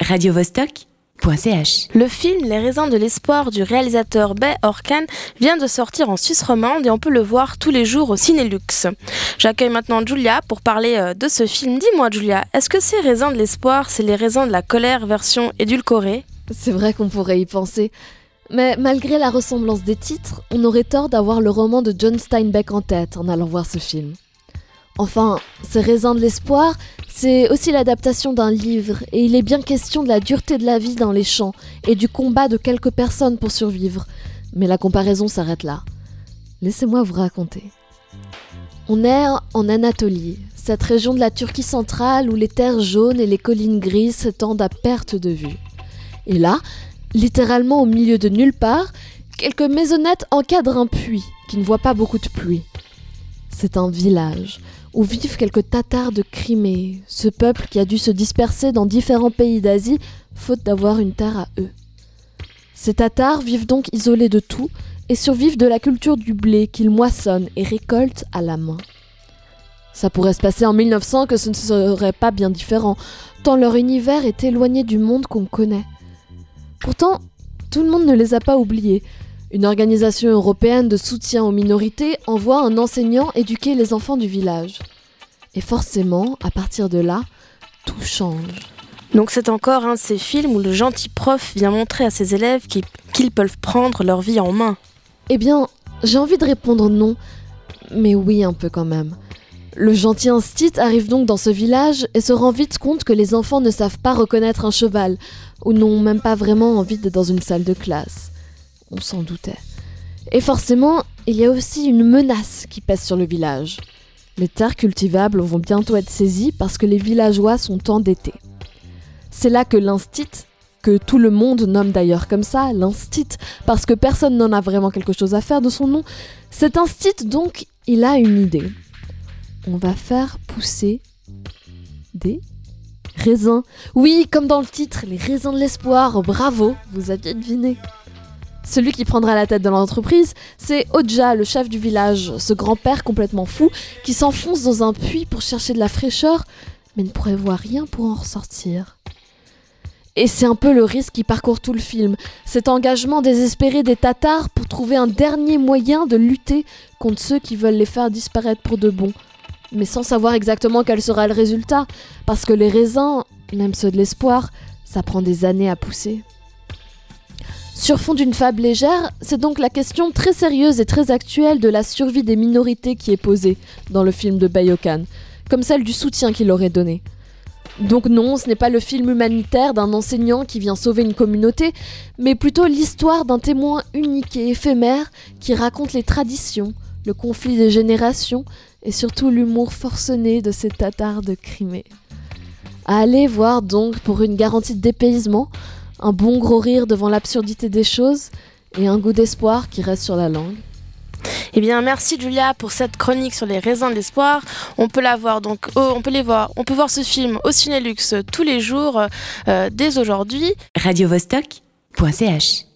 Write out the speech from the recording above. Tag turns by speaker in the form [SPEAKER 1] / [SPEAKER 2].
[SPEAKER 1] radiovostok.ch.
[SPEAKER 2] Le film Les raisins de l'espoir du réalisateur Bay Orkan vient de sortir en Suisse romande et on peut le voir tous les jours au Cinélux. J'accueille maintenant Julia pour parler de ce film. Dis-moi Julia, est-ce que ces raisins de l'espoir, c'est les raisins de la colère version édulcorée ?
[SPEAKER 3] C'est vrai qu'on pourrait y penser. Mais malgré la ressemblance des titres, on aurait tort d'avoir le roman de John Steinbeck en tête en allant voir ce film. Enfin, ces raisins de l'espoir, c'est aussi l'adaptation d'un livre, et il est bien question de la dureté de la vie dans les champs et du combat de quelques personnes pour survivre. Mais la comparaison s'arrête là. Laissez-moi vous raconter. On est en Anatolie, cette région de la Turquie centrale où les terres jaunes et les collines grises s'étendent à perte de vue. Et là, littéralement au milieu de nulle part, quelques maisonnettes encadrent un puits qui ne voit pas beaucoup de pluie. C'est un village où vivent quelques Tatars de Crimée, ce peuple qui a dû se disperser dans différents pays d'Asie faute d'avoir une terre à eux. Ces Tatars vivent donc isolés de tout et survivent de la culture du blé qu'ils moissonnent et récoltent à la main. Ça pourrait se passer en 1900 que ce ne serait pas bien différent, tant leur univers est éloigné du monde qu'on connaît. Pourtant, tout le monde ne les a pas oubliés. Une organisation européenne de soutien aux minorités envoie un enseignant éduquer les enfants du village. Et forcément, à partir de là, tout change.
[SPEAKER 2] Donc c'est encore un de ces films où le gentil prof vient montrer à ses élèves qu'ils peuvent prendre leur vie en main.
[SPEAKER 3] Eh bien, j'ai envie de répondre non, mais oui un peu quand même. Le gentil instit arrive donc dans ce village et se rend vite compte que les enfants ne savent pas reconnaître un cheval, ou n'ont même pas vraiment envie d'être dans une salle de classe. On s'en doutait. Et forcément, il y a aussi une menace qui pèse sur le village. Les terres cultivables vont bientôt être saisies parce que les villageois sont endettés. C'est là que l'instit, que tout le monde nomme d'ailleurs comme ça, l'instit, parce que personne n'en a vraiment quelque chose à faire de son nom, cet instit donc, il a une idée. On va faire pousser des raisins. Oui, comme dans le titre, les raisins de l'espoir, bravo, vous aviez deviné. Celui qui prendra la tête de l'entreprise, c'est Hodja, le chef du village, ce grand-père complètement fou qui s'enfonce dans un puits pour chercher de la fraîcheur, mais ne prévoit rien pour en ressortir. Et c'est un peu le risque qui parcourt tout le film, cet engagement désespéré des Tatars pour trouver un dernier moyen de lutter contre ceux qui veulent les faire disparaître pour de bon, mais sans savoir exactement quel sera le résultat, parce que les raisins, même ceux de l'espoir, ça prend des années à pousser. Sur fond d'une fable légère, c'est donc la question très sérieuse et très actuelle de la survie des minorités qui est posée dans le film de Bay Orkan, comme celle du soutien qu'il aurait donné. Donc non, ce n'est pas le film humanitaire d'un enseignant qui vient sauver une communauté, mais plutôt l'histoire d'un témoin unique et éphémère qui raconte les traditions, le conflit des générations et surtout l'humour forcené de ces Tatars de Crimée. À aller voir donc pour une garantie de dépaysement, un bon gros rire devant l'absurdité des choses et un goût d'espoir qui reste sur la langue.
[SPEAKER 2] Eh bien, merci Julia pour cette chronique sur les raisins de l'espoir. On peut voir ce film au Cinélux tous les jours dès aujourd'hui.
[SPEAKER 1] radiovostok.ch